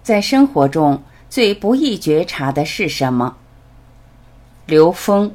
在生活中最不易觉察的是什么？刘峰。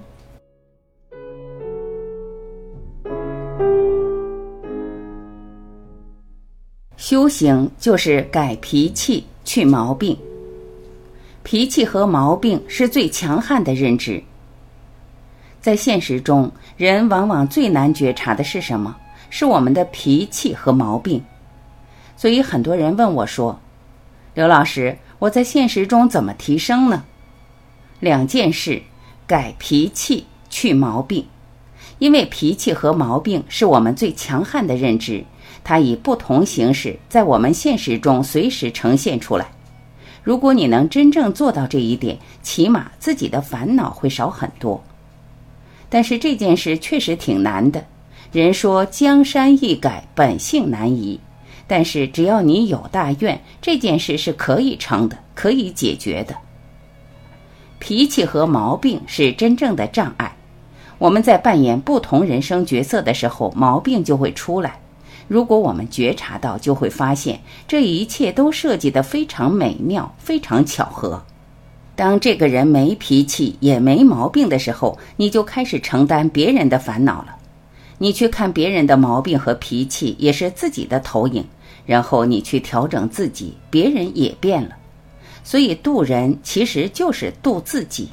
修行就是改脾气，去毛病。脾气和毛病是最强悍的认知。在现实中，人往往最难觉察的是什么？是我们的脾气和毛病。所以很多人问我说，刘老师，我在现实中怎么提升呢？2件事，改脾气，去毛病。因为脾气和毛病是我们最强悍的认知，它以不同形式在我们现实中随时呈现出来。如果你能真正做到这一点，起码自己的烦恼会少很多。但是这件事确实挺难的。人说江山易改，本性难移。但是只要你有大愿，这件事是可以成的，可以解决的。脾气和毛病是真正的障碍。我们在扮演不同人生角色的时候，毛病就会出来。如果我们觉察到，就会发现这一切都设计得非常美妙，非常巧合。当这个人没脾气也没毛病的时候，你就开始承担别人的烦恼了。你去看别人的毛病和脾气，也是自己的投影，然后你去调整自己，别人也变了。所以渡人其实就是渡自己。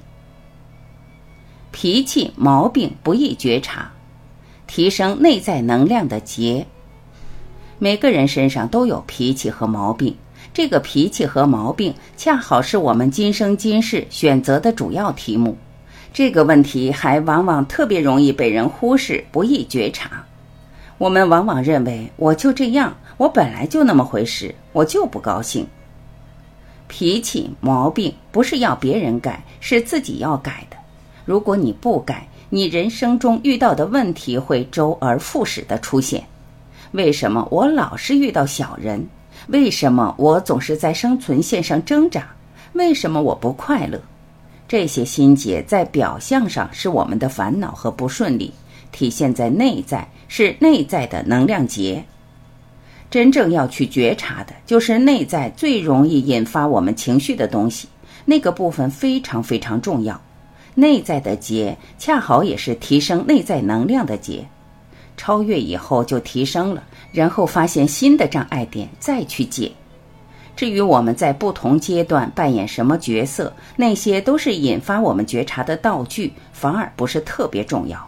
脾气毛病不易觉察，提升内在能量的结。每个人身上都有脾气和毛病，这个脾气和毛病恰好是我们今生今世选择的主要题目。这个问题还往往特别容易被人忽视，不易觉察。我们往往认为我就这样，我本来就那么回事，我就不高兴。脾气毛病不是要别人改，是自己要改的。如果你不改，你人生中遇到的问题会周而复始地出现。为什么我老是遇到小人？为什么我总是在生存线上挣扎？为什么我不快乐？这些心结在表象上是我们的烦恼和不顺利，体现在内在是内在的能量结。真正要去觉察的就是内在最容易引发我们情绪的东西，那个部分非常非常重要。内在的结恰好也是提升内在能量的结。超越以后就提升了，然后发现新的障碍点，再去解。至于我们在不同阶段扮演什么角色，那些都是引发我们觉察的道具，反而不是特别重要。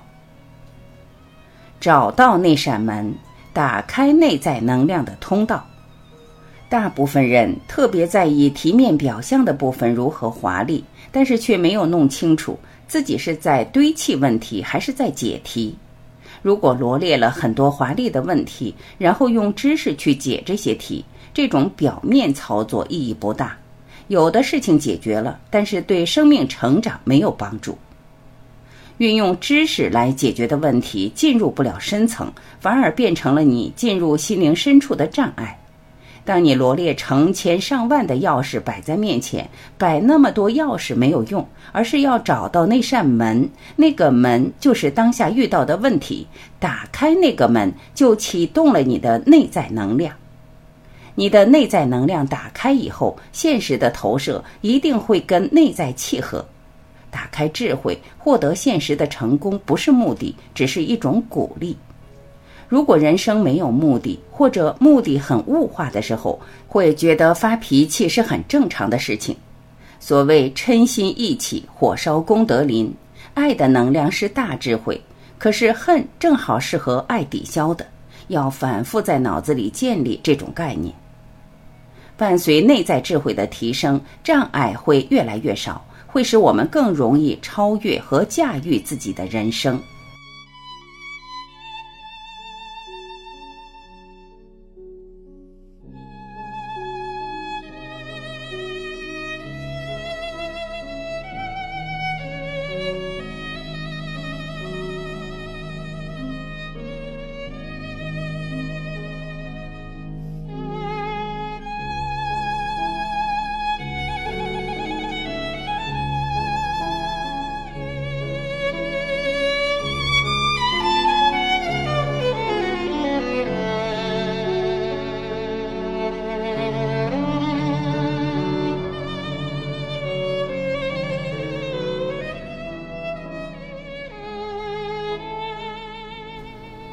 找到那扇门，打开内在能量的通道。大部分人特别在意题面表象的部分如何华丽，但是却没有弄清楚自己是在堆砌问题还是在解题。如果罗列了很多华丽的问题，然后用知识去解这些题，这种表面操作意义不大。有的事情解决了，但是对生命成长没有帮助。运用知识来解决的问题进入不了深层，反而变成了你进入心灵深处的障碍。当你罗列成千上万的钥匙摆在面前，摆那么多钥匙没有用，而是要找到那扇门，那个门就是当下遇到的问题，打开那个门就启动了你的内在能量。你的内在能量打开以后，现实的投射一定会跟内在契合。打开智慧，获得现实的成功不是目的，只是一种鼓励。如果人生没有目的，或者目的很物化的时候，会觉得发脾气是很正常的事情。所谓嗔心易起，火烧功德林，爱的能量是大智慧，可是恨正好是和爱抵消的，要反复在脑子里建立这种概念。伴随内在智慧的提升，障碍会越来越少，会使我们更容易超越和驾驭自己的人生。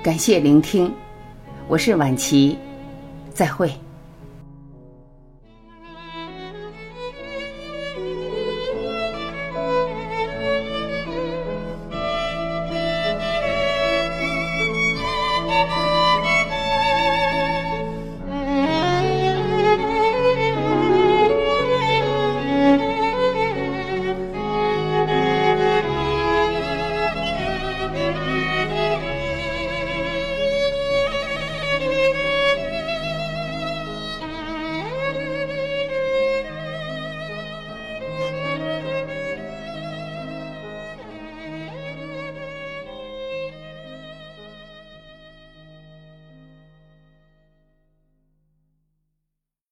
感谢聆听，我是婉琪，再会。